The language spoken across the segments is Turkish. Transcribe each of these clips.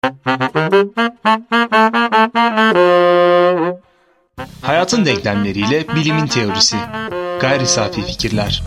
Hayatın denklemleriyle bilimin teorisi. Gayri safi fikirler.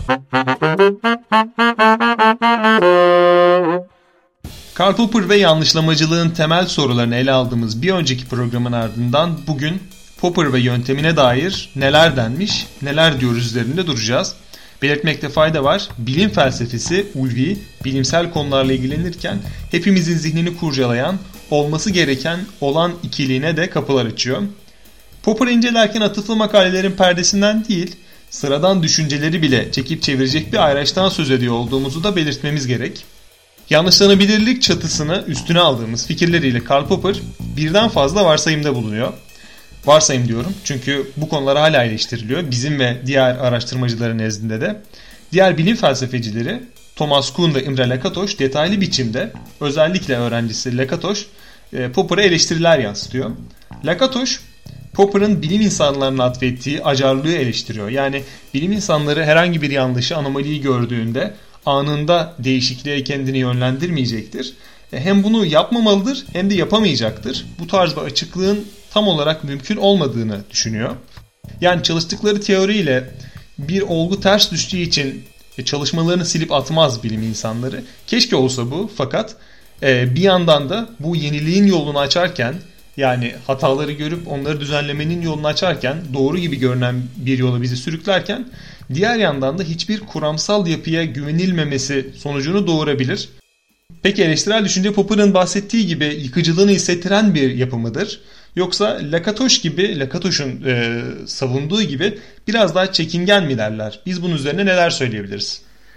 Karl Popper ve yanlışlamacılığın temel sorularını ele aldığımız bir önceki programın ardından bugün Popper ve yöntemine dair neler denmiş, neler diyoruz üzerinde duracağız. Belirtmekte fayda var. Bilim felsefesi, ulvi, bilimsel konularla ilgilenirken hepimizin zihnini kurcalayan, olması gereken olan ikiliğine de kapılar açıyor. Popper'ı incelerken atıflı makalelerin perdesinden değil, sıradan düşünceleri bile çekip çevirecek bir ayraçtan söz ediyor olduğumuzu da belirtmemiz gerek. Yanlışlanabilirlik çatısını üstüne aldığımız fikirleriyle Karl Popper birden fazla varsayımda bulunuyor. Varsayım diyorum çünkü bu konular hala eleştiriliyor bizim ve diğer araştırmacıların nezdinde de. Diğer bilim felsefecileri Thomas Kuhn ve Imre Lakatos detaylı biçimde özellikle öğrencisi Lakatos Popper'a eleştiriler yansıtıyor. Lakatos Popper'ın bilim insanlarına atfettiği acarlığı eleştiriyor. Yani bilim insanları herhangi bir yanlışı, anomaliyi gördüğünde anında değişikliğe kendini yönlendirmeyecektir. Hem bunu yapmamalıdır hem de yapamayacaktır. Bu tarz bir açıklığın tam olarak mümkün olmadığını düşünüyor. Yani çalıştıkları teoriyle bir olgu ters düştüğü için çalışmalarını silip atmaz bilim insanları. Keşke olsa bu, fakat bir yandan da bu yeniliğin yolunu açarken, yani hataları görüp onları düzenlemenin yolunu açarken, doğru gibi görünen bir yola bizi sürüklerken, diğer yandan da hiçbir kuramsal yapıya güvenilmemesi sonucunu doğurabilir. Peki eleştirel düşünce Popper'ın bahsettiği gibi yıkıcılığını hissettiren bir yapı mıdır? Yoksa Lakatos'un savunduğu gibi biraz daha çekingen mi derler? Biz bunun üzerine neler söyleyebiliriz?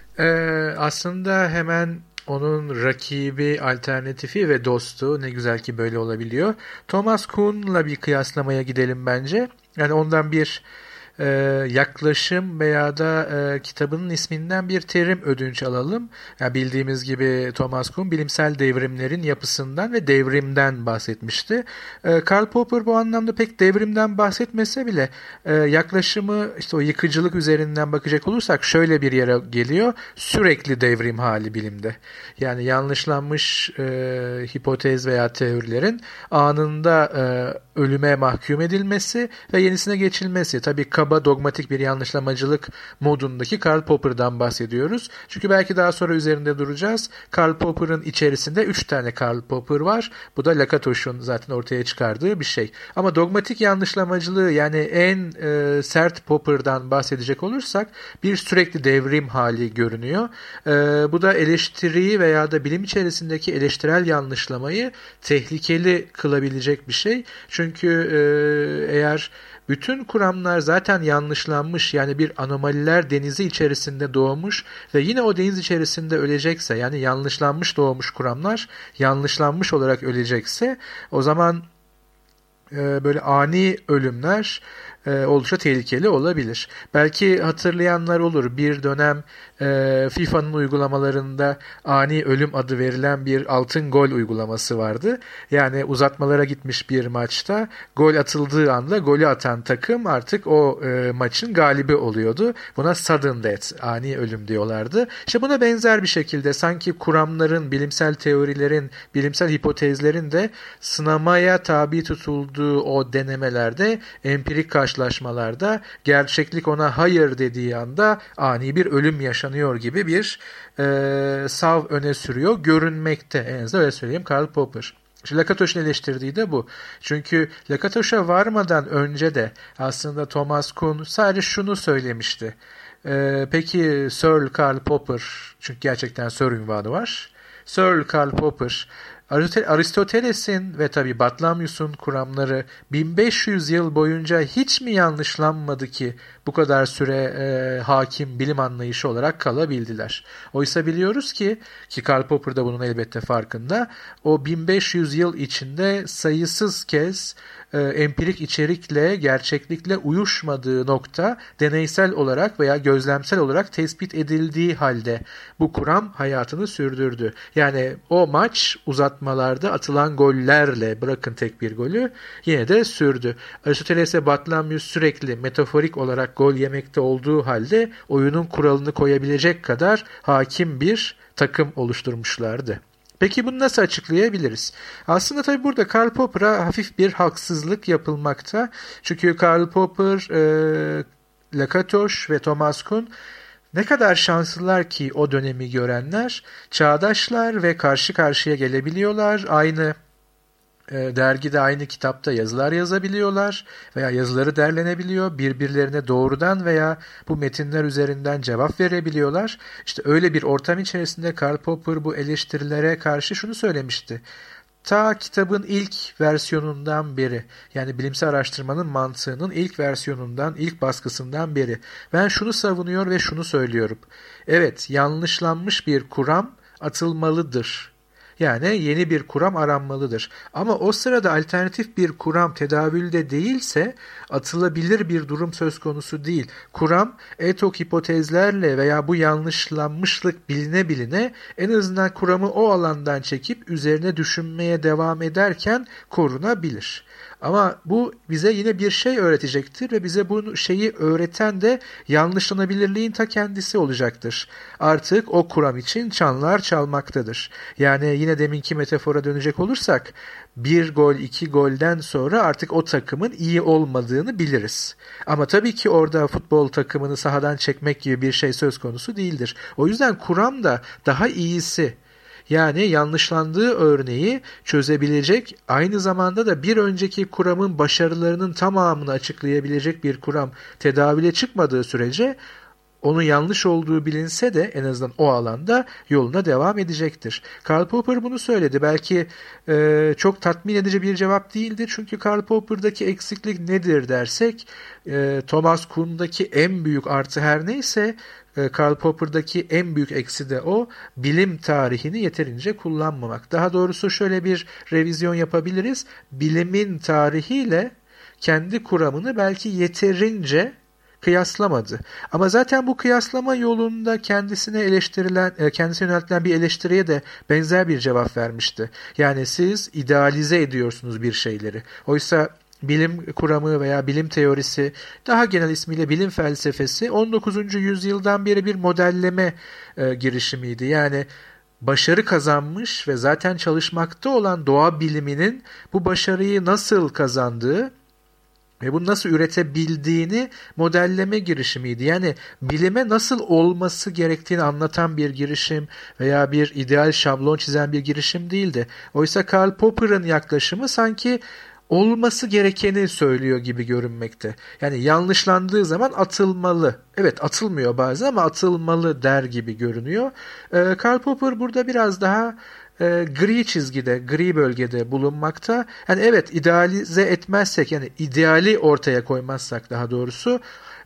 Aslında hemen onun rakibi, alternatifi ve dostu, ne güzel ki böyle olabiliyor. Thomas Kuhn'la bir kıyaslamaya gidelim bence. Yani ondan bir yaklaşım veya da kitabının isminden bir terim ödünç alalım. Yani bildiğimiz gibi Thomas Kuhn bilimsel devrimlerin yapısından ve devrimden bahsetmişti. Karl Popper bu anlamda pek devrimden bahsetmese bile yaklaşımı işte o yıkıcılık üzerinden bakacak olursak şöyle bir yere geliyor. Sürekli devrim hali bilimde. Yani yanlışlanmış hipotez veya teorilerin anında ölüme mahkum edilmesi ve yenisine geçilmesi. Tabii kaba dogmatik bir yanlışlamacılık modundaki Karl Popper'dan bahsediyoruz. Çünkü belki daha sonra üzerinde duracağız. Karl Popper'ın içerisinde 3 tane Karl Popper var. Bu da Lakatos'un zaten ortaya çıkardığı bir şey. Ama dogmatik yanlışlamacılığı, yani en sert Popper'dan bahsedecek olursak bir sürekli devrim hali görünüyor. Bu da eleştiriyi veya da bilim içerisindeki eleştirel yanlışlamayı tehlikeli kılabilecek bir şey. Çünkü eğer bütün kuramlar zaten yanlışlanmış, yani bir anomaliler denizi içerisinde doğmuş ve yine o deniz içerisinde ölecekse, yani yanlışlanmış doğmuş kuramlar yanlışlanmış olarak ölecekse, o zaman böyle ani ölümler oldukça tehlikeli olabilir. Belki hatırlayanlar olur. Bir dönem FIFA'nın uygulamalarında ani ölüm adı verilen bir altın gol uygulaması vardı. Yani uzatmalara gitmiş bir maçta gol atıldığı anda golü atan takım artık o maçın galibi oluyordu. Buna sudden death, ani ölüm diyorlardı. İşte buna benzer bir şekilde sanki kuramların, bilimsel teorilerin, bilimsel hipotezlerin de sınamaya tabi tutulduğu o denemelerde, empirik karşılaşmalarda gerçeklik ona hayır dediği anda ani bir ölüm yaşanıyor gibi bir sav öne sürüyor görünmekte. En azından öyle söyleyeyim Karl Popper. İşte Lakatos'un eleştirdiği de bu. Çünkü Lakatos'a varmadan önce de aslında Thomas Kuhn sadece şunu söylemişti. Peki Sir Karl Popper, çünkü gerçekten Sir ünvanı var. Sir Karl Popper, Aristoteles'in ve tabi Batlamyus'un kuramları 1500 yıl boyunca hiç mi yanlışlanmadı ki bu kadar süre hakim bilim anlayışı olarak kalabildiler? Oysa biliyoruz ki Karl Popper da bunun elbette farkında, o 1500 yıl içinde sayısız kez empirik içerikle, gerçeklikle uyuşmadığı nokta deneysel olarak veya gözlemsel olarak tespit edildiği halde bu kuram hayatını sürdürdü. Yani o maç uzatmalarda atılan gollerle, bırakın tek bir golü, yine de sürdü. Aristoteles ve Batlamyus sürekli metaforik olarak gol yemekte olduğu halde oyunun kuralını koyabilecek kadar hakim bir takım oluşturmuşlardı. Peki bunu nasıl açıklayabiliriz? Aslında tabii burada Karl Popper'a hafif bir haksızlık yapılmakta. Çünkü Karl Popper, Lakatos ve Thomas Kuhn ne kadar şanslılar ki o dönemi görenler, çağdaşlar ve karşı karşıya gelebiliyorlar. Aynı dergide, aynı kitapta yazılar yazabiliyorlar veya yazıları derlenebiliyor. Birbirlerine doğrudan veya bu metinler üzerinden cevap verebiliyorlar. İşte öyle bir ortam içerisinde Karl Popper bu eleştirilere karşı şunu söylemişti. Ta kitabın ilk versiyonundan beri, yani bilimsel araştırmanın mantığının ilk versiyonundan, ilk baskısından beri ben şunu savunuyor ve şunu söylüyorum. Evet, yanlışlanmış bir kuram atılmalıdır. Yani yeni bir kuram aranmalıdır. Ama o sırada alternatif bir kuram tedavülde değilse atılabilir bir durum söz konusu değil. Kuram etok hipotezlerle veya bu yanlışlanmışlık biline biline en azından kuramı o alandan çekip üzerine düşünmeye devam ederken korunabilir. Ama bu bize yine bir şey öğretecektir ve bize bu şeyi öğreten de yanlışlanabilirliğin ta kendisi olacaktır. Artık o kuram için çanlar çalmaktadır. Yani yine deminki metafora dönecek olursak, bir gol, iki golden sonra artık o takımın iyi olmadığını biliriz. Ama tabii ki orada futbol takımını sahadan çekmek gibi bir şey söz konusu değildir. O yüzden kuram da daha iyisi, yani yanlışlandığı örneği çözebilecek, aynı zamanda da bir önceki kuramın başarılarının tamamını açıklayabilecek bir kuram tedavüle çıkmadığı sürece onun yanlış olduğu bilinse de en azından o alanda yoluna devam edecektir. Karl Popper bunu söyledi. Belki çok tatmin edici bir cevap değildir. Çünkü Karl Popper'daki eksiklik nedir dersek, Thomas Kuhn'daki en büyük artı her neyse, Karl Popper'daki en büyük eksi de o, bilim tarihini yeterince kullanmamak. Daha doğrusu şöyle bir revizyon yapabiliriz. Bilimin tarihiyle kendi kuramını belki yeterince kıyaslamadı. Ama zaten bu kıyaslama yolunda kendisine yöneltilen bir eleştiriye de benzer bir cevap vermişti. Yani siz idealize ediyorsunuz bir şeyleri. Oysa bilim kuramı veya bilim teorisi, daha genel ismiyle bilim felsefesi 19. yüzyıldan beri bir modelleme girişimiydi. Yani başarı kazanmış ve zaten çalışmakta olan doğa biliminin bu başarıyı nasıl kazandığı ve bunu nasıl üretebildiğini modelleme girişimiydi. Yani bilime nasıl olması gerektiğini anlatan bir girişim veya bir ideal şablon çizen bir girişim değildi. Oysa Karl Popper'ın yaklaşımı sanki olması gerekeni söylüyor gibi görünmekte. Yani yanlışlandığı zaman atılmalı. Evet, atılmıyor bazen ama atılmalı der gibi görünüyor. Karl Popper burada biraz daha gri çizgide, gri bölgede bulunmakta. Yani evet, idealize etmezsek, yani ideali ortaya koymazsak daha doğrusu,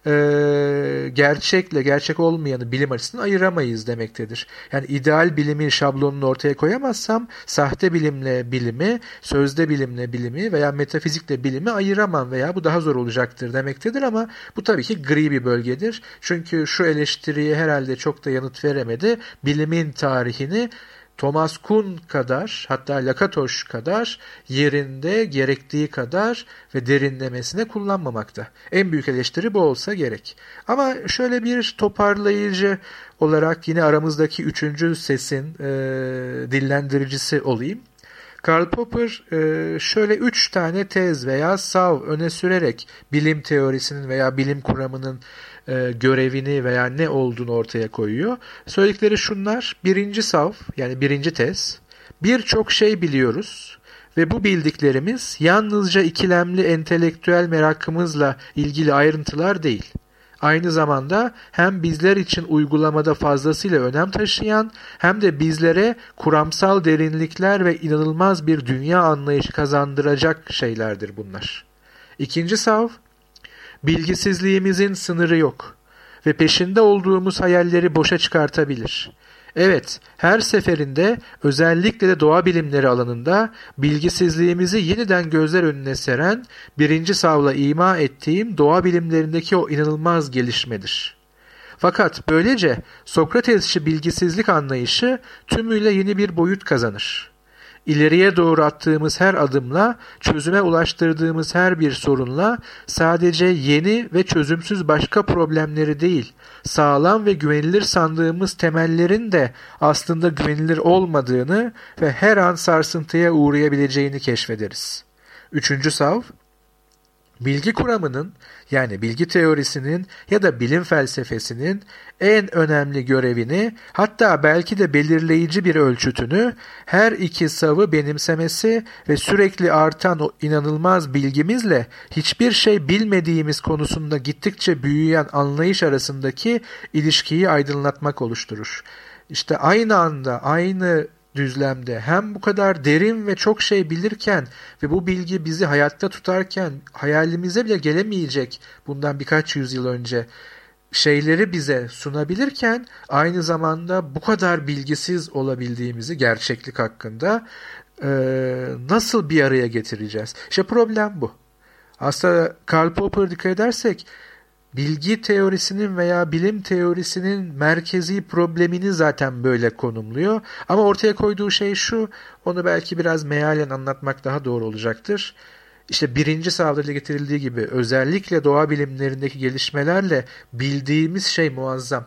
gerçekle gerçek olmayanı bilim açısından ayıramayız demektedir. Yani ideal bilimin şablonunu ortaya koyamazsam sahte bilimle bilimi, sözde bilimle bilimi veya metafizikle bilimi ayıramam veya bu daha zor olacaktır demektedir ama bu tabii ki gri bir bölgedir. Çünkü şu eleştiriye herhalde çok da yanıt veremedi. Bilimin tarihini Thomas Kuhn kadar, hatta Lakatos kadar yerinde, gerektiği kadar ve derinlemesine kullanmamakta. En büyük eleştiri bu olsa gerek. Ama şöyle bir toparlayıcı olarak yine aramızdaki üçüncü sesin dillendiricisi olayım. Karl Popper şöyle 3 tane tez veya sav öne sürerek bilim teorisinin veya bilim kuramının görevini veya ne olduğunu ortaya koyuyor. Söyledikleri şunlar: birinci sav, yani birinci tez, birçok şey biliyoruz ve bu bildiklerimiz yalnızca ikilemli entelektüel merakımızla ilgili ayrıntılar değil. Aynı zamanda hem bizler için uygulamada fazlasıyla önem taşıyan hem de bizlere kuramsal derinlikler ve inanılmaz bir dünya anlayışı kazandıracak şeylerdir bunlar. İkinci sav, bilgisizliğimizin sınırı yok ve peşinde olduğumuz hayalleri boşa çıkartabilir. Evet, her seferinde özellikle de doğa bilimleri alanında bilgisizliğimizi yeniden gözler önüne seren birinci savla ima ettiğim doğa bilimlerindeki o inanılmaz gelişmedir. Fakat böylece Sokratesçi bilgisizlik anlayışı tümüyle yeni bir boyut kazanır. ileriye doğru attığımız her adımla, çözüme ulaştırdığımız her bir sorunla sadece yeni ve çözümsüz başka problemleri değil, sağlam ve güvenilir sandığımız temellerin de aslında güvenilir olmadığını ve her an sarsıntıya uğrayabileceğini keşfederiz. Üçüncü sav, bilgi kuramının, yani bilgi teorisinin ya da bilim felsefesinin en önemli görevini, hatta belki de belirleyici bir ölçütünü her iki savı benimsemesi ve sürekli artan o inanılmaz bilgimizle hiçbir şey bilmediğimiz konusunda gittikçe büyüyen anlayış arasındaki ilişkiyi aydınlatmak oluşturur. İşte aynı anda, aynı düzlemde hem bu kadar derin ve çok şey bilirken ve bu bilgi bizi hayatta tutarken hayalimize bile gelemeyecek bundan birkaç yüzyıl önce şeyleri bize sunabilirken aynı zamanda bu kadar bilgisiz olabildiğimizi gerçeklik hakkında nasıl bir araya getireceğiz? İşte problem bu. Aslında Karl Popper dikkat edersek bilgi teorisinin veya bilim teorisinin merkezi problemini zaten böyle konumluyor. Ama ortaya koyduğu şey şu, onu belki biraz mealen anlatmak daha doğru olacaktır. İşte birinci savda getirildiği gibi özellikle doğa bilimlerindeki gelişmelerle bildiğimiz şey muazzam.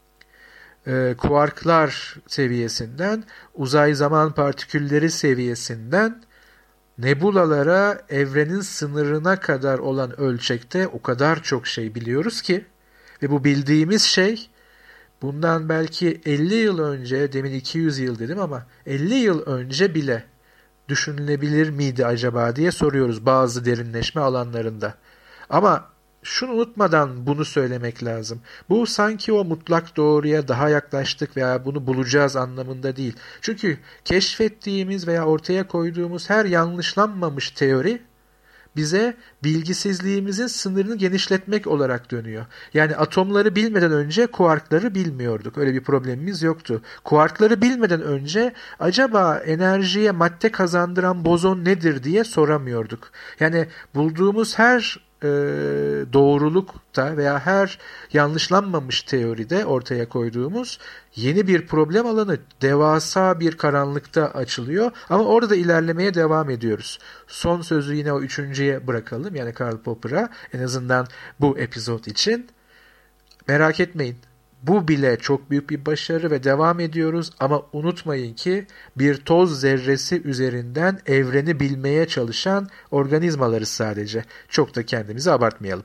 Kuarklar seviyesinden, uzay zaman partikülleri seviyesinden, nebulalara, evrenin sınırına kadar olan ölçekte o kadar çok şey biliyoruz ki ve bu bildiğimiz şey bundan belki 50 yıl önce, demin 200 yıl dedim ama 50 yıl önce bile düşünülebilir miydi acaba diye soruyoruz bazı derinleşme alanlarında. Ama şunu unutmadan bunu söylemek lazım. Bu sanki o mutlak doğruya daha yaklaştık veya bunu bulacağız anlamında değil. Çünkü keşfettiğimiz veya ortaya koyduğumuz her yanlışlanmamış teori bize bilgisizliğimizin sınırını genişletmek olarak dönüyor. Yani atomları bilmeden önce kuarkları bilmiyorduk. Öyle bir problemimiz yoktu. Kuarkları bilmeden önce acaba enerjiye madde kazandıran bozon nedir diye soramıyorduk. Yani bulduğumuz her doğrulukta veya her yanlışlanmamış teoride ortaya koyduğumuz yeni bir problem alanı devasa bir karanlıkta açılıyor ama orada da ilerlemeye devam ediyoruz. Son sözü yine o üçüncüye bırakalım, yani Karl Popper'a, en azından bu epizod için. Merak etmeyin, bu bile çok büyük bir başarı ve devam ediyoruz ama unutmayın ki bir toz zerresi üzerinden evreni bilmeye çalışan organizmalarız sadece. Çok da kendimizi abartmayalım.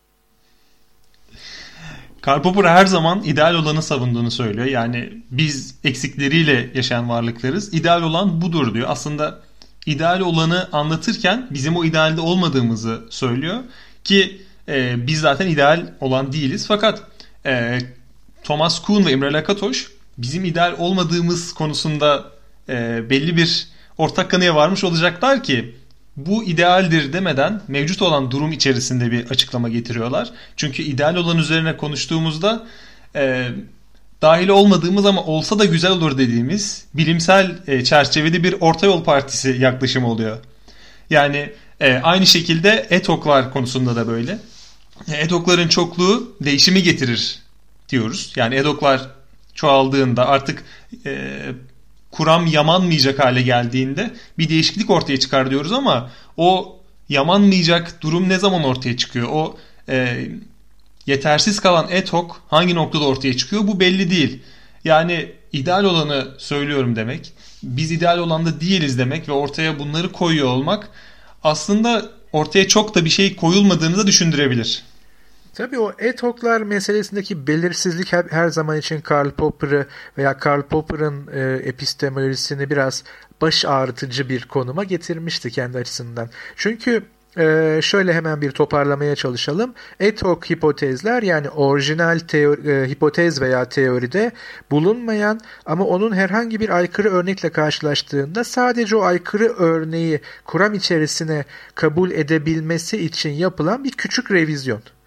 Karl Popper her zaman ideal olanı savunduğunu söylüyor. Yani biz eksikleriyle yaşayan varlıklarız. İdeal olan budur diyor. Aslında ideal olanı anlatırken bizim o idealde olmadığımızı söylüyor. Ki biz zaten ideal olan değiliz. Fakat Thomas Kuhn ve Imre Lakatos bizim ideal olmadığımız konusunda belli bir ortak kanıya varmış olacaklar ki bu idealdir demeden mevcut olan durum içerisinde bir açıklama getiriyorlar. Çünkü ideal olan üzerine konuştuğumuzda dahil olmadığımız ama olsa da güzel olur dediğimiz bilimsel çerçevede bir orta yol partisi yaklaşımı oluyor. Yani aynı şekilde etoklar konusunda da böyle. Etokların çokluğu değişimi getirir diyoruz. Yani edoklar çoğaldığında artık kuram yamanmayacak hale geldiğinde bir değişiklik ortaya çıkar diyoruz ama o yamanmayacak durum ne zaman ortaya çıkıyor? O yetersiz kalan etok hangi noktada ortaya çıkıyor? Bu belli değil. Yani ideal olanı söylüyorum demek, biz ideal olanda değiliz demek ve ortaya bunları koyuyor olmak aslında ortaya çok da bir şey koyulmadığını da düşündürebilir. Tabii o etoklar meselesindeki belirsizlik her zaman için Karl Popper'ı veya Karl Popper'ın epistemolojisini biraz baş ağrıtıcı bir konuma getirmişti kendi açısından. Çünkü şöyle hemen bir toparlamaya çalışalım. Etok hipotezler, yani orijinal hipotez veya teoride bulunmayan ama onun herhangi bir aykırı örnekle karşılaştığında sadece o aykırı örneği kuram içerisine kabul edebilmesi için yapılan bir küçük revizyon.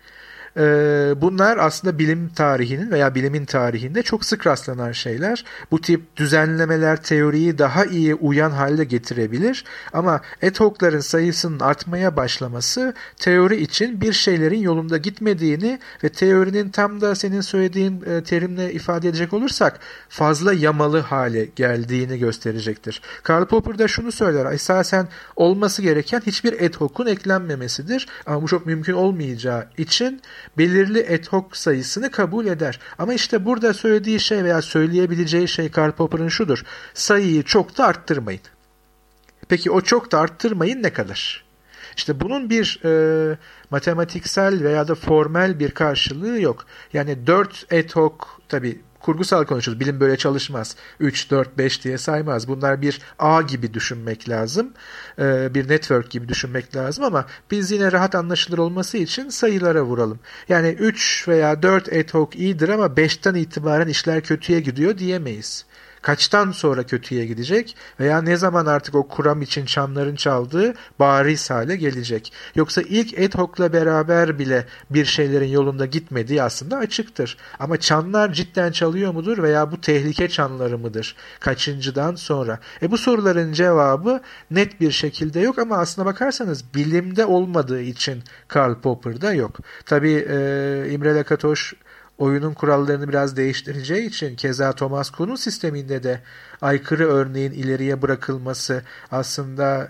Bunlar aslında bilim tarihinin veya bilimin tarihinde çok sık rastlanan şeyler. Bu tip düzenlemeler teoriyi daha iyi uyan hale getirebilir ama ad hoc'ların sayısının artmaya başlaması teori için bir şeylerin yolunda gitmediğini ve teorinin tam da senin söylediğin terimle ifade edecek olursak fazla yamalı hale geldiğini gösterecektir. Karl Popper da şunu söyler: esasen olması gereken hiçbir ad hoc'un eklenmemesidir ama bu çok mümkün olmayacağı için belirli ad hoc sayısını kabul eder. Ama işte burada söylediği şey veya söyleyebileceği şey Karl Popper'ın şudur: sayıyı çok da arttırmayın. Peki o çok da arttırmayın ne kadar? İşte bunun bir matematiksel veya da formel bir karşılığı yok. Yani 4 ad hoc, tabii kurgusal konuşuyoruz. Bilim böyle çalışmaz. 3, 4, 5 diye saymaz. Bunlar bir ağ gibi düşünmek lazım. Bir network gibi düşünmek lazım ama biz yine rahat anlaşılır olması için sayılara vuralım. Yani 3 veya 4 ad hoc iyidir ama 5'ten itibaren işler kötüye gidiyor diyemeyiz. Kaçtan sonra kötüye gidecek veya ne zaman artık o kuram için çanların çaldığı bariz hale gelecek. Yoksa ilk ad hoc'la beraber bile bir şeylerin yolunda gitmediği aslında açıktır. Ama çanlar cidden çalıyor mudur veya bu tehlike çanları mıdır? Kaçıncıdan sonra? Bu soruların cevabı net bir şekilde yok ama aslına bakarsanız bilimde olmadığı için Karl Popper'da yok. Tabii İmre Lakatoş oyunun kurallarını biraz değiştireceği için keza Thomas Kuhn'un sisteminde de aykırı örneğin ileriye bırakılması aslında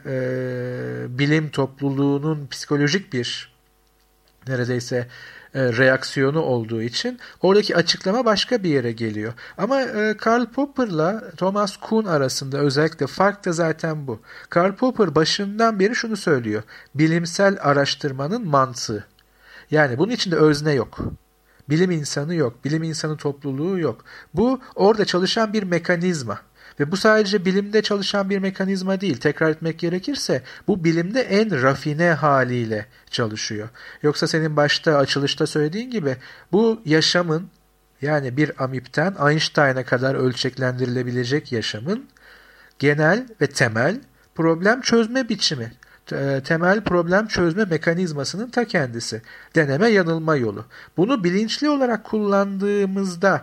bilim topluluğunun psikolojik bir neredeyse reaksiyonu olduğu için oradaki açıklama başka bir yere geliyor. Ama Karl Popper'la Thomas Kuhn arasında özellikle fark da zaten bu. Karl Popper başından beri şunu söylüyor: bilimsel araştırmanın mantığı. Yani bunun içinde özne yok. Bilim insanı yok. Bilim insanı topluluğu yok. Bu orada çalışan bir mekanizma. Ve bu sadece bilimde çalışan bir mekanizma değil. Tekrar etmek gerekirse bu bilimde en rafine haliyle çalışıyor. Yoksa senin başta açılışta söylediğin gibi bu yaşamın, yani bir amipten Einstein'a kadar ölçeklendirilebilecek yaşamın genel ve temel problem çözme biçimi. Temel problem çözme mekanizmasının ta kendisi. Deneme yanılma yolu. Bunu bilinçli olarak kullandığımızda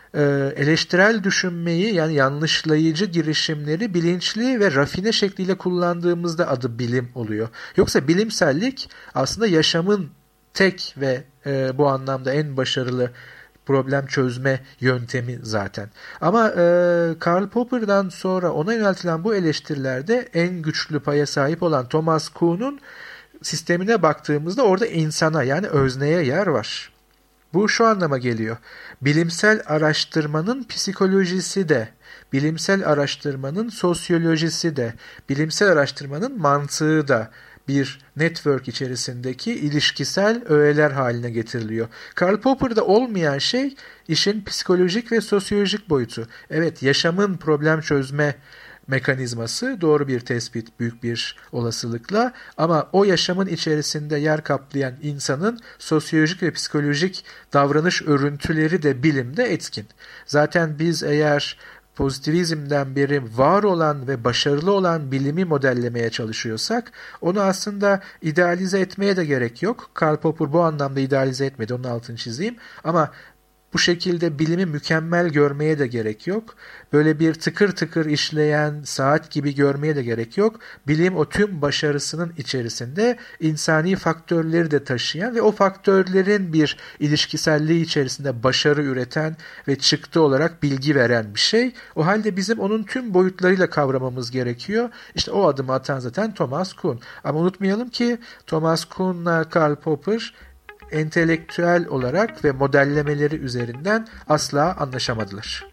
eleştirel düşünmeyi, yani yanlışlayıcı girişimleri bilinçli ve rafine şekliyle kullandığımızda adı bilim oluyor. Yoksa bilimsellik aslında yaşamın tek ve bu anlamda en başarılı problem çözme yöntemi zaten. Ama Karl Popper'dan sonra ona yöneltilen bu eleştirilerde en güçlü paya sahip olan Thomas Kuhn'un sistemine baktığımızda orada insana, yani özneye yer var. Bu şu anlama geliyor: bilimsel araştırmanın psikolojisi de, bilimsel araştırmanın sosyolojisi de, bilimsel araştırmanın mantığı da bir network içerisindeki ilişkisel öğeler haline getiriliyor. Karl Popper'da olmayan şey işin psikolojik ve sosyolojik boyutu. Evet, yaşamın problem çözme mekanizması doğru bir tespit büyük bir olasılıkla, ama o yaşamın içerisinde yer kaplayan insanın sosyolojik ve psikolojik davranış örüntüleri de bilimde etkin. Zaten biz eğer pozitivizmden beri var olan ve başarılı olan bilimi modellemeye çalışıyorsak onu aslında idealize etmeye de gerek yok. Karl Popper bu anlamda idealize etmedi, onun altını çizeyim, ama bu şekilde bilimi mükemmel görmeye de gerek yok. Böyle bir tıkır tıkır işleyen saat gibi görmeye de gerek yok. Bilim o tüm başarısının içerisinde insani faktörleri de taşıyan ve o faktörlerin bir ilişkiselliği içerisinde başarı üreten ve çıktı olarak bilgi veren bir şey. O halde bizim onun tüm boyutlarıyla kavramamız gerekiyor. İşte o adımı atan zaten Thomas Kuhn. Ama unutmayalım ki Thomas Kuhn'la Karl Popper entelektüel olarak ve modellemeleri üzerinden asla anlaşamadılar.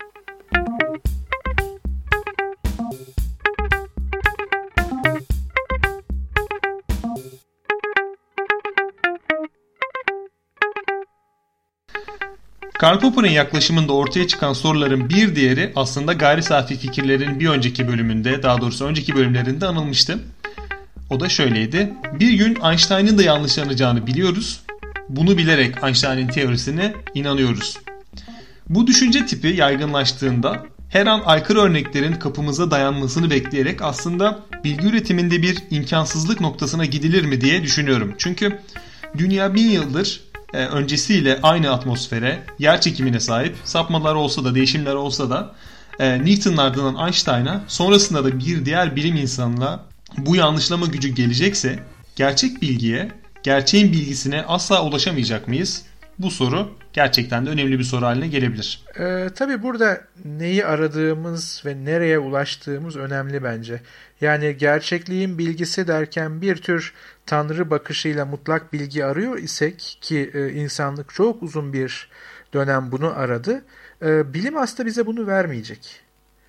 Karl Popper'ın yaklaşımında ortaya çıkan soruların bir diğeri aslında gayri safi fikirlerin bir önceki bölümünde, daha doğrusu önceki bölümlerinde anılmıştı. O da şöyleydi: bir gün Einstein'ın da yanlışlanacağını biliyoruz. Bunu bilerek Einstein'ın teorisine inanıyoruz. Bu düşünce tipi yaygınlaştığında her an aykırı örneklerin kapımıza dayanmasını bekleyerek aslında bilgi üretiminde bir imkansızlık noktasına gidilir mi diye düşünüyorum. Çünkü dünya 1000 yıldır öncesiyle aynı atmosfere, yer çekimine sahip, sapmalar olsa da, değişimler olsa da Newton'un ardından Einstein'a, sonrasında da bir diğer bilim insanına bu yanlışlama gücü gelecekse gerçek bilgiye, gerçeğin bilgisine asla ulaşamayacak mıyız? Bu soru gerçekten de önemli bir soru haline gelebilir. Tabii burada neyi aradığımız ve nereye ulaştığımız önemli bence. Yani gerçekliğin bilgisi derken bir tür tanrı bakışıyla mutlak bilgi arıyor isek ki insanlık çok uzun bir dönem bunu aradı. Bilim aslında bize bunu vermeyecek.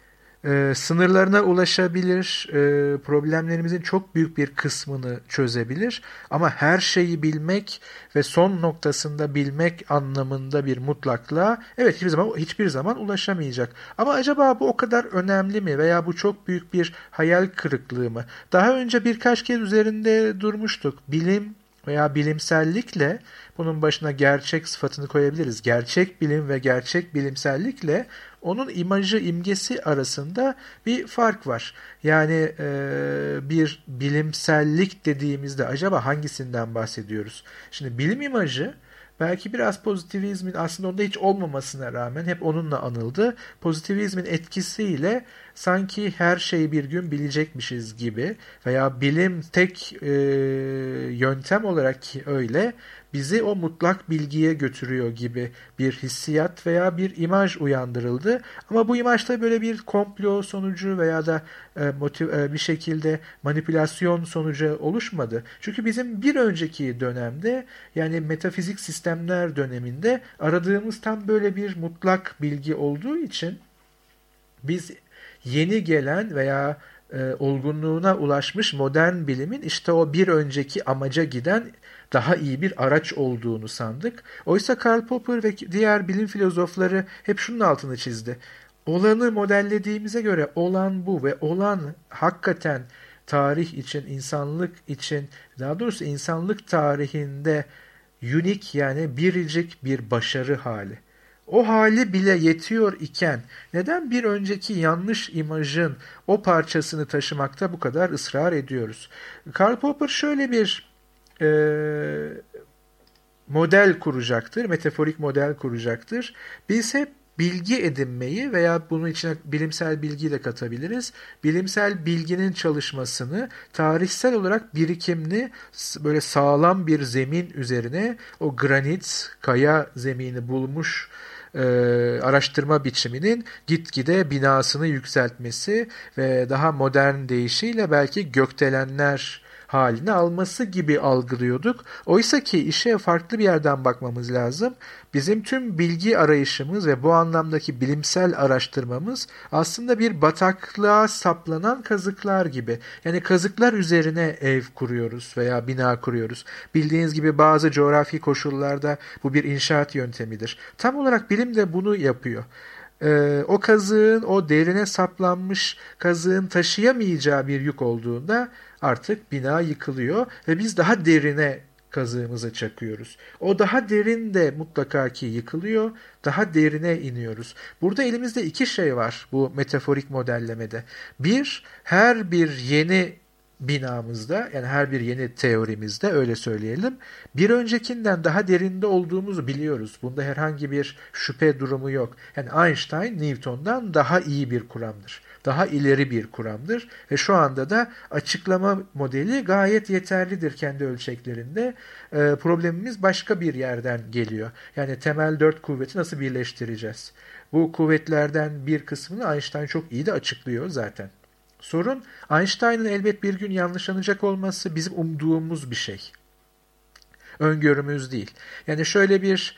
Sınırlarına ulaşabilir, problemlerimizin çok büyük bir kısmını çözebilir ama her şeyi bilmek ve son noktasında bilmek anlamında bir mutlaklığa evet hiçbir zaman ulaşamayacak. Ama acaba bu o kadar önemli mi veya bu çok büyük bir hayal kırıklığı mı? Daha önce birkaç kez üzerinde durmuştuk. Bilim veya bilimsellikle bunun başına gerçek sıfatını koyabiliriz. Gerçek bilim ve gerçek bilimsellikle onun imajı, imgesi arasında bir fark var. Yani bir bilimsellik dediğimizde acaba hangisinden bahsediyoruz? Şimdi bilim imajı belki biraz pozitivizmin aslında onda hiç olmamasına rağmen hep onunla anıldı. Pozitivizmin etkisiyle sanki her şeyi bir gün bilecekmişiz gibi veya bilim tek yöntem olarak ki öyle bizi o mutlak bilgiye götürüyor gibi bir hissiyat veya bir imaj uyandırıldı. Ama bu imajda böyle bir komplo sonucu veya da bir şekilde manipülasyon sonucu oluşmadı. Çünkü bizim bir önceki dönemde yani metafizik sistemler döneminde aradığımız tam böyle bir mutlak bilgi olduğu için biz yeni gelen veya olgunluğuna ulaşmış modern bilimin işte o bir önceki amaca giden daha iyi bir araç olduğunu sandık. Oysa Karl Popper ve diğer bilim filozofları hep şunun altını çizdi. Olanı modellediğimize göre olan bu ve olan hakikaten tarih için, insanlık için, daha doğrusu insanlık tarihinde unik yani biricik bir başarı hali. O hali bile yetiyor iken neden bir önceki yanlış imajın o parçasını taşımakta bu kadar ısrar ediyoruz? Karl Popper şöyle bir model kuracaktır, metaforik model kuracaktır. Biz hep bilgi edinmeyi veya bunun içine bilimsel bilgiyi de katabiliriz. Bilimsel bilginin çalışmasını tarihsel olarak birikimli böyle sağlam bir zemin üzerine o granit, kaya zemini bulmuş araştırma biçiminin gitgide binasını yükseltmesi ve daha modern deyişiyle belki gökdelenler halini alması gibi algılıyorduk. Oysa ki işe farklı bir yerden bakmamız lazım. Bizim tüm bilgi arayışımız ve bu anlamdaki bilimsel araştırmamız aslında bir bataklığa saplanan kazıklar gibi. Yani kazıklar üzerine ev kuruyoruz veya bina kuruyoruz. Bildiğiniz gibi bazı coğrafi koşullarda bu bir inşaat yöntemidir. Tam olarak bilim de bunu yapıyor. O kazığın, o derine saplanmış kazığın taşıyamayacağı bir yük olduğunda artık bina yıkılıyor ve biz daha derine kazığımızı çakıyoruz. O daha derin de mutlaka ki yıkılıyor, daha derine iniyoruz. Burada elimizde iki şey var bu metaforik modellemede. Bir, her bir yeni binamızda yani her bir yeni teorimizde öyle söyleyelim bir öncekinden daha derinde olduğumuzu biliyoruz. Bunda herhangi bir şüphe durumu yok. Yani Einstein Newton'dan daha iyi bir kuramdır. Daha ileri bir kuramdır ve şu anda da açıklama modeli gayet yeterlidir kendi ölçeklerinde. Problemimiz başka bir yerden geliyor. Yani temel dört kuvveti nasıl birleştireceğiz? Bu kuvvetlerden bir kısmını Einstein çok iyi de açıklıyor zaten. Sorun Einstein'ın elbet bir gün yanlışlanacak olması bizim umduğumuz bir şey. Öngörümüz değil. Yani şöyle bir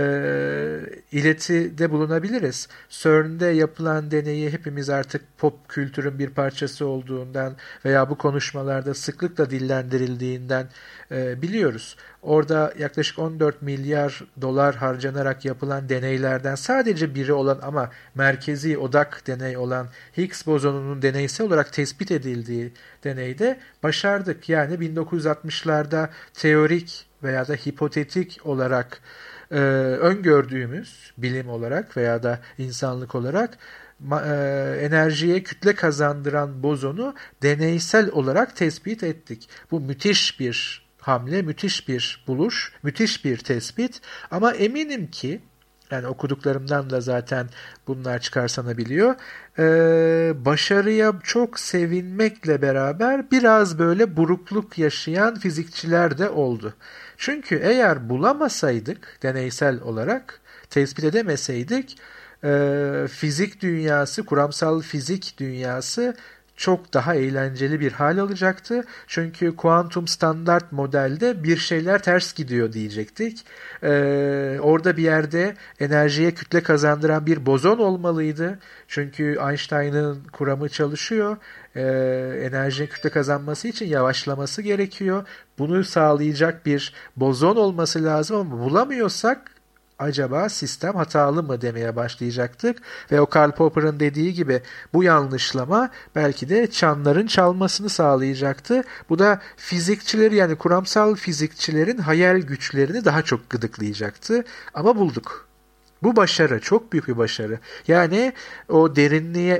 iletide bulunabiliriz. CERN'de yapılan deneyi hepimiz artık pop kültürün bir parçası olduğundan veya bu konuşmalarda sıklıkla dillendirildiğinden biliyoruz. Orada yaklaşık 14 milyar dolar harcanarak yapılan deneylerden sadece biri olan ama merkezi odak deney olan Higgs bozonunun deneysel olarak tespit edildiği deneyde başardık. Yani 1960'larda teorik veya da hipotetik olarak öngördüğümüz bilim olarak veya da insanlık olarak enerjiye kütle kazandıran bozonu deneysel olarak tespit ettik. Bu müthiş bir hamle, müthiş bir buluş, müthiş bir tespit. Ama eminim ki, yani okuduklarımdan da zaten bunlar çıkarsanabiliyor. Başarıya çok sevinmekle beraber biraz böyle burukluk yaşayan fizikçiler de oldu. Çünkü eğer bulamasaydık, deneysel olarak tespit edemeseydik, fizik dünyası, kuramsal fizik dünyası çok daha eğlenceli bir hal alacaktı. Çünkü kuantum standart modelde bir şeyler ters gidiyor diyecektik. Orada bir yerde enerjiye kütle kazandıran bir bozon olmalıydı. Çünkü Einstein'ın kuramı çalışıyor. Enerjiye kütle kazanması için yavaşlaması gerekiyor. Bunu sağlayacak bir bozon olması lazım ama bulamıyorsak acaba sistem hatalı mı demeye başlayacaktık ve o Karl Popper'ın dediği gibi bu yanlışlama belki de çanların çalmasını sağlayacaktı. Bu da fizikçileri, yani kuramsal fizikçilerin hayal güçlerini daha çok gıdıklayacaktı. Ama bulduk. Bu başarı, çok büyük bir başarı. Yani o derinliğe,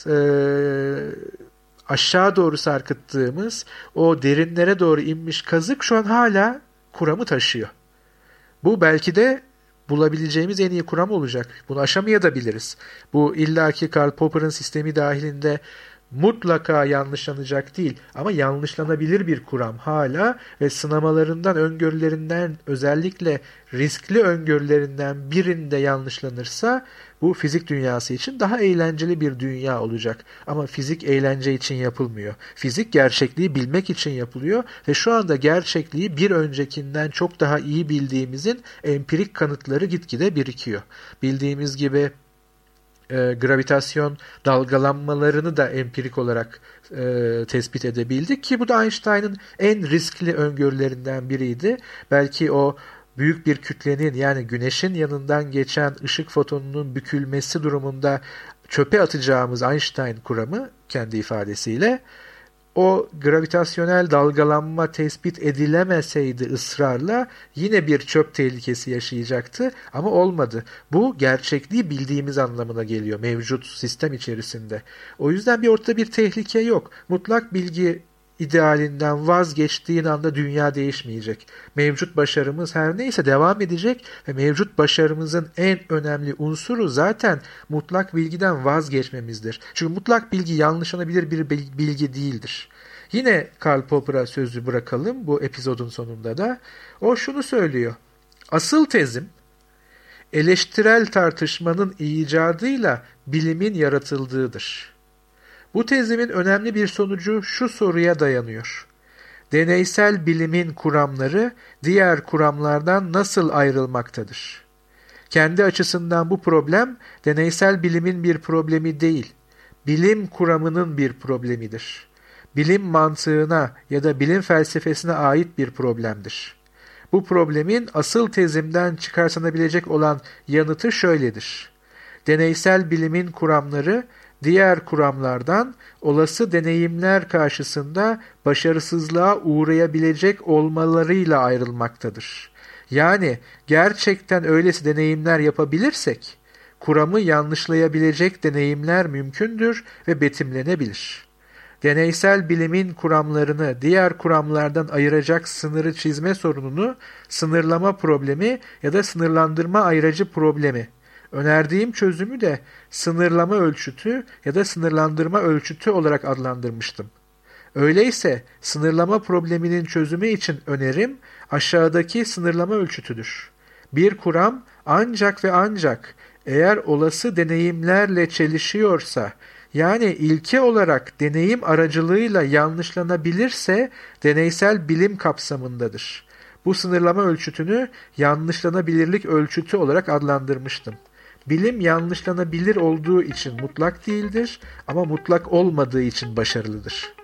aşağı doğru sarkıttığımız, o derinlere doğru inmiş kazık şu an hala kuramı taşıyor. Bu belki de bulabileceğimiz en iyi kuram olacak. Bunu aşamayabiliriz. Bu illaki Karl Popper'ın sistemi dahilinde mutlaka yanlışlanacak değil ama yanlışlanabilir bir kuram hala ve sınamalarından, öngörülerinden, özellikle riskli öngörülerinden birinde yanlışlanırsa bu fizik dünyası için daha eğlenceli bir dünya olacak. Ama fizik eğlence için yapılmıyor. Fizik gerçekliği bilmek için yapılıyor ve şu anda gerçekliği bir öncekinden çok daha iyi bildiğimizin empirik kanıtları gitgide birikiyor. Bildiğimiz gibi gravitasyon dalgalanmalarını da empirik olarak tespit edebildik ki bu da Einstein'ın en riskli öngörülerinden biriydi. Belki o büyük bir kütlenin, yani güneşin yanından geçen ışık fotonunun bükülmesi durumunda çöpe atacağımız Einstein kuramı kendi ifadesiyle o gravitasyonel dalgalanma tespit edilemeseydi ısrarla yine bir çöp tehlikesi yaşayacaktı ama olmadı. Bu gerçekliği bildiğimiz anlamına geliyor mevcut sistem içerisinde. O yüzden ortada bir tehlike yok. Mutlak bilgi idealinden vazgeçtiğin anda dünya değişmeyecek. Mevcut başarımız her neyse devam edecek ve mevcut başarımızın en önemli unsuru zaten mutlak bilgiden vazgeçmemizdir. Çünkü mutlak bilgi yanlışlanabilir bir bilgi değildir. Yine Karl Popper'a sözü bırakalım bu epizodun sonunda da. O şunu söylüyor. Asıl tezim eleştirel tartışmanın icadıyla bilimin yaratıldığıdır. Bu tezimin önemli bir sonucu şu soruya dayanıyor. Deneysel bilimin kuramları diğer kuramlardan nasıl ayrılmaktadır? Kendi açısından bu problem deneysel bilimin bir problemi değil, bilim kuramının bir problemidir. Bilim mantığına ya da bilim felsefesine ait bir problemdir. Bu problemin asıl tezimden çıkarsanabilecek olan yanıtı şöyledir. Deneysel bilimin kuramları diğer kuramlardan olası deneyimler karşısında başarısızlığa uğrayabilecek olmalarıyla ayrılmaktadır. Yani gerçekten öylesi deneyimler yapabilirsek, kuramı yanlışlayabilecek deneyimler mümkündür ve betimlenebilir. Deneysel bilimin kuramlarını diğer kuramlardan ayıracak sınırı çizme sorununu sınırlama problemi ya da sınırlandırma ayracı problemi, önerdiğim çözümü de sınırlama ölçütü ya da sınırlandırma ölçütü olarak adlandırmıştım. Öyleyse sınırlama probleminin çözümü için önerim aşağıdaki sınırlama ölçütüdür. Bir kuram ancak ve ancak eğer olası deneyimlerle çelişiyorsa, yani ilke olarak deneyim aracılığıyla yanlışlanabilirse deneysel bilim kapsamındadır. Bu sınırlama ölçütünü yanlışlanabilirlik ölçütü olarak adlandırmıştım. Bilim yanlışlanabilir olduğu için mutlak değildir ama mutlak olmadığı için başarılıdır.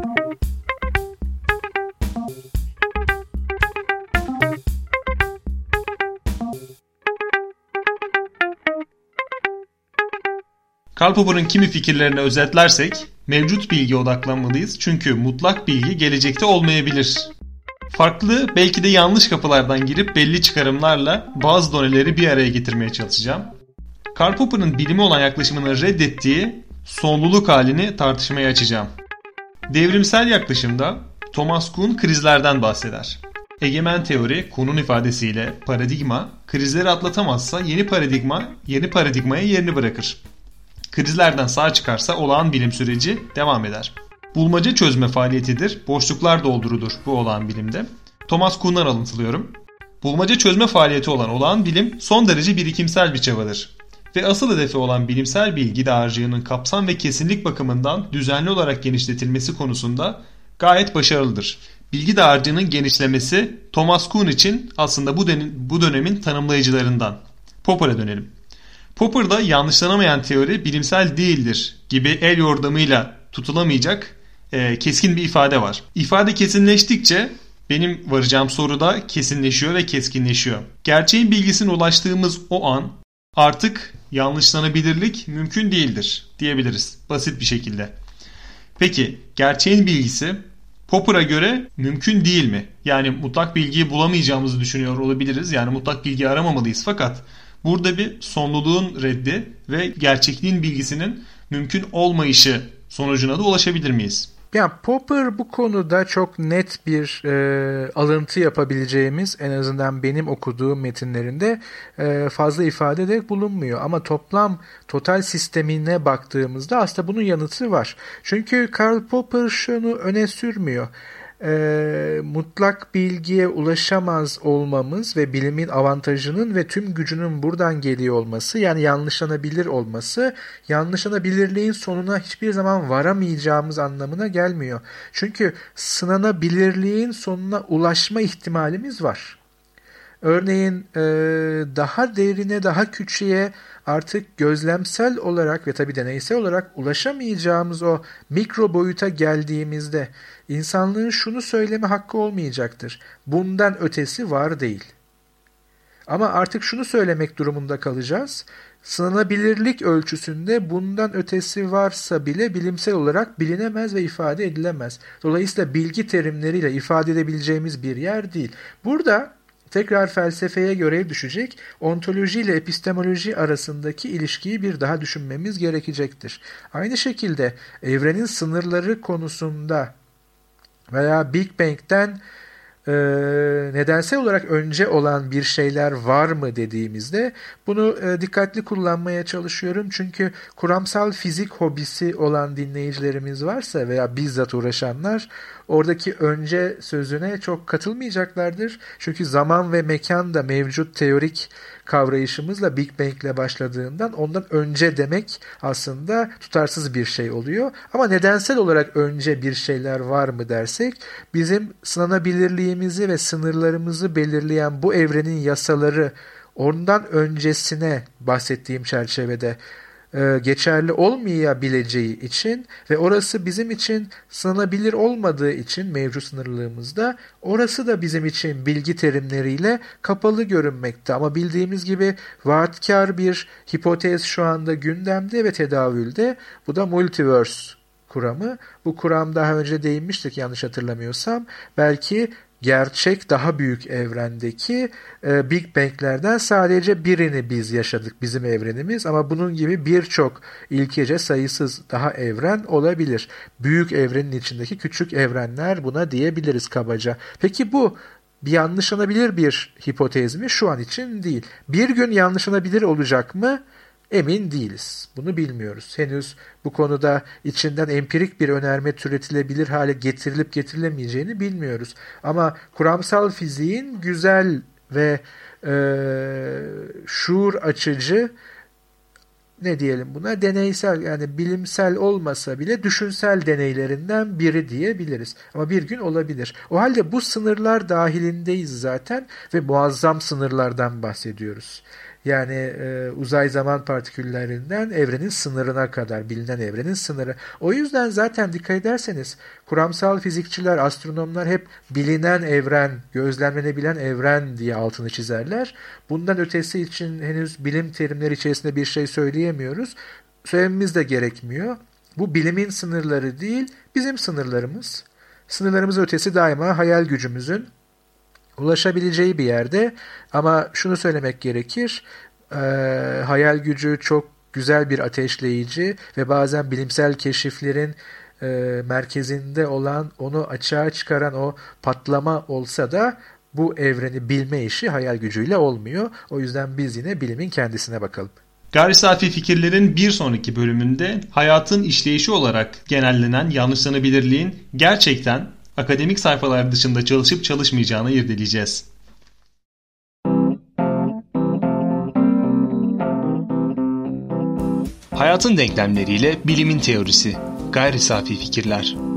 Karl Popper'ın kimi fikirlerini özetlersek, mevcut bilgiye odaklanmalıyız çünkü mutlak bilgi gelecekte olmayabilir. Farklı, belki de yanlış kapılardan girip belli çıkarımlarla bazı doneleri bir araya getirmeye çalışacağım. Karl Popper'ın bilime olan yaklaşımını reddettiği sonluluk halini tartışmaya açacağım. Devrimsel yaklaşımda Thomas Kuhn krizlerden bahseder. Egemen teori, Kuhn'un ifadesiyle paradigma, krizleri atlatamazsa yeni paradigmaya yerini bırakır. Krizlerden sağ çıkarsa olağan bilim süreci devam eder. Bulmaca çözme faaliyetidir, boşluklar doldurulur bu olağan bilimde. Thomas Kuhn'dan alıntılıyorum. Bulmaca çözme faaliyeti olan olağan bilim son derece birikimsel bir çabadır. Ve asıl hedefi olan bilimsel bilgi dağarcığının kapsam ve kesinlik bakımından düzenli olarak genişletilmesi konusunda gayet başarılıdır. Bilgi dağarcığının genişlemesi Thomas Kuhn için aslında bu dönemin tanımlayıcılarından. Popper'a dönelim. Popper'da yanlışlanamayan teori bilimsel değildir gibi el yordamıyla tutulamayacak keskin bir ifade var. İfade kesinleştikçe benim varacağım soru da kesinleşiyor ve keskinleşiyor. Gerçeğin bilgisine ulaştığımız o an artık yanlışlanabilirlik mümkün değildir diyebiliriz basit bir şekilde. Peki gerçeğin bilgisi Popper'a göre mümkün değil mi? Yani mutlak bilgiyi bulamayacağımızı düşünüyor olabiliriz. Yani mutlak bilgi aramamalıyız fakat burada bir sonluluğun reddi ve gerçekliğin bilgisinin mümkün olmayışı sonucuna da ulaşabilir miyiz? Ya Popper bu konuda çok net bir alıntı yapabileceğimiz, en azından benim okuduğum metinlerinde fazla ifadede bulunmuyor. Ama total sistemine baktığımızda aslında bunun yanıtı var. Çünkü Karl Popper şunu öne sürmüyor. Mutlak bilgiye ulaşamaz olmamız ve bilimin avantajının ve tüm gücünün buradan geliyor olması, yani yanlışlanabilir olması, yanlışlanabilirliğin sonuna hiçbir zaman varamayacağımız anlamına gelmiyor. Çünkü sınanabilirliğin sonuna ulaşma ihtimalimiz var. Örneğin daha derine, daha küçüğe artık gözlemsel olarak ve tabii deneysel olarak ulaşamayacağımız o mikro boyuta geldiğimizde insanlığın şunu söyleme hakkı olmayacaktır: bundan ötesi var değil. Ama artık şunu söylemek durumunda kalacağız: sınanabilirlik ölçüsünde bundan ötesi varsa bile bilimsel olarak bilinemez ve ifade edilemez. Dolayısıyla bilgi terimleriyle ifade edebileceğimiz bir yer değil. Burada tekrar felsefeye görev düşecek, ontoloji ile epistemoloji arasındaki ilişkiyi bir daha düşünmemiz gerekecektir. Aynı şekilde evrenin sınırları konusunda veya Big Bang'den nedensel olarak önce olan bir şeyler var mı dediğimizde bunu dikkatli kullanmaya çalışıyorum. Çünkü kuramsal fizik hobisi olan dinleyicilerimiz varsa veya bizzat uğraşanlar oradaki önce sözüne çok katılmayacaklardır. Çünkü zaman ve mekan da mevcut teorik kavrayışımızla Big Bang ile başladığından ondan önce demek aslında tutarsız bir şey oluyor. Ama nedensel olarak önce bir şeyler var mı dersek, bizim sınanabilirliğimizi ve sınırlarımızı belirleyen bu evrenin yasaları ondan öncesine bahsettiğim çerçevede geçerli olmayabileceği için ve orası bizim için sınanabilir olmadığı için mevcut sınırlılığımızda, orası da bizim için bilgi terimleriyle kapalı görünmekte. Ama bildiğimiz gibi vaatkar bir hipotez şu anda gündemde ve tedavülde. Bu da multiverse kuramı. Bu kuram daha önce değinmiştik yanlış hatırlamıyorsam. Belki gerçek daha büyük evrendeki Big Bang'lerden sadece birini biz yaşadık, bizim evrenimiz, ama bunun gibi birçok ilkece sayısız daha evren olabilir. Büyük evrenin içindeki küçük evrenler buna diyebiliriz kabaca. Peki bu yanlışlanabilir bir hipotez mi? Şu an için değil. Bir gün yanlışlanabilir olacak mı? Emin değiliz. Bunu bilmiyoruz. Henüz bu konuda içinden empirik bir önerme türetilebilir hale getirilip getirilemeyeceğini bilmiyoruz. Ama kuramsal fiziğin güzel ve şuur açıcı, ne diyelim buna, deneysel, yani bilimsel olmasa bile düşünsel deneylerinden biri diyebiliriz. Ama bir gün olabilir. O halde bu sınırlar dahilindeyiz zaten ve muazzam sınırlardan bahsediyoruz. Yani uzay zaman partiküllerinden evrenin sınırına kadar, bilinen evrenin sınırı. O yüzden zaten dikkat ederseniz kuramsal fizikçiler, astronomlar hep bilinen evren, gözlemlenebilen evren diye altını çizerler. Bundan ötesi için henüz bilim terimleri içerisinde bir şey söyleyemiyoruz. Söylememiz de gerekmiyor. Bu bilimin sınırları değil, bizim sınırlarımız. Sınırlarımız ötesi daima hayal gücümüzün ulaşabileceği bir yerde. Ama şunu söylemek gerekir, hayal gücü çok güzel bir ateşleyici ve bazen bilimsel keşiflerin merkezinde olan, onu açığa çıkaran o patlama olsa da bu evreni bilme işi hayal gücüyle olmuyor. O yüzden biz yine bilimin kendisine bakalım. Gayri safi fikirlerin bir sonraki bölümünde hayatın işleyişi olarak genellenen yanlışlanabilirliğin gerçekten akademik sayfalar dışında çalışıp çalışmayacağını irdeleyeceğiz. Hayatın denklemleriyle bilimin teorisi. Gayri safi fikirler.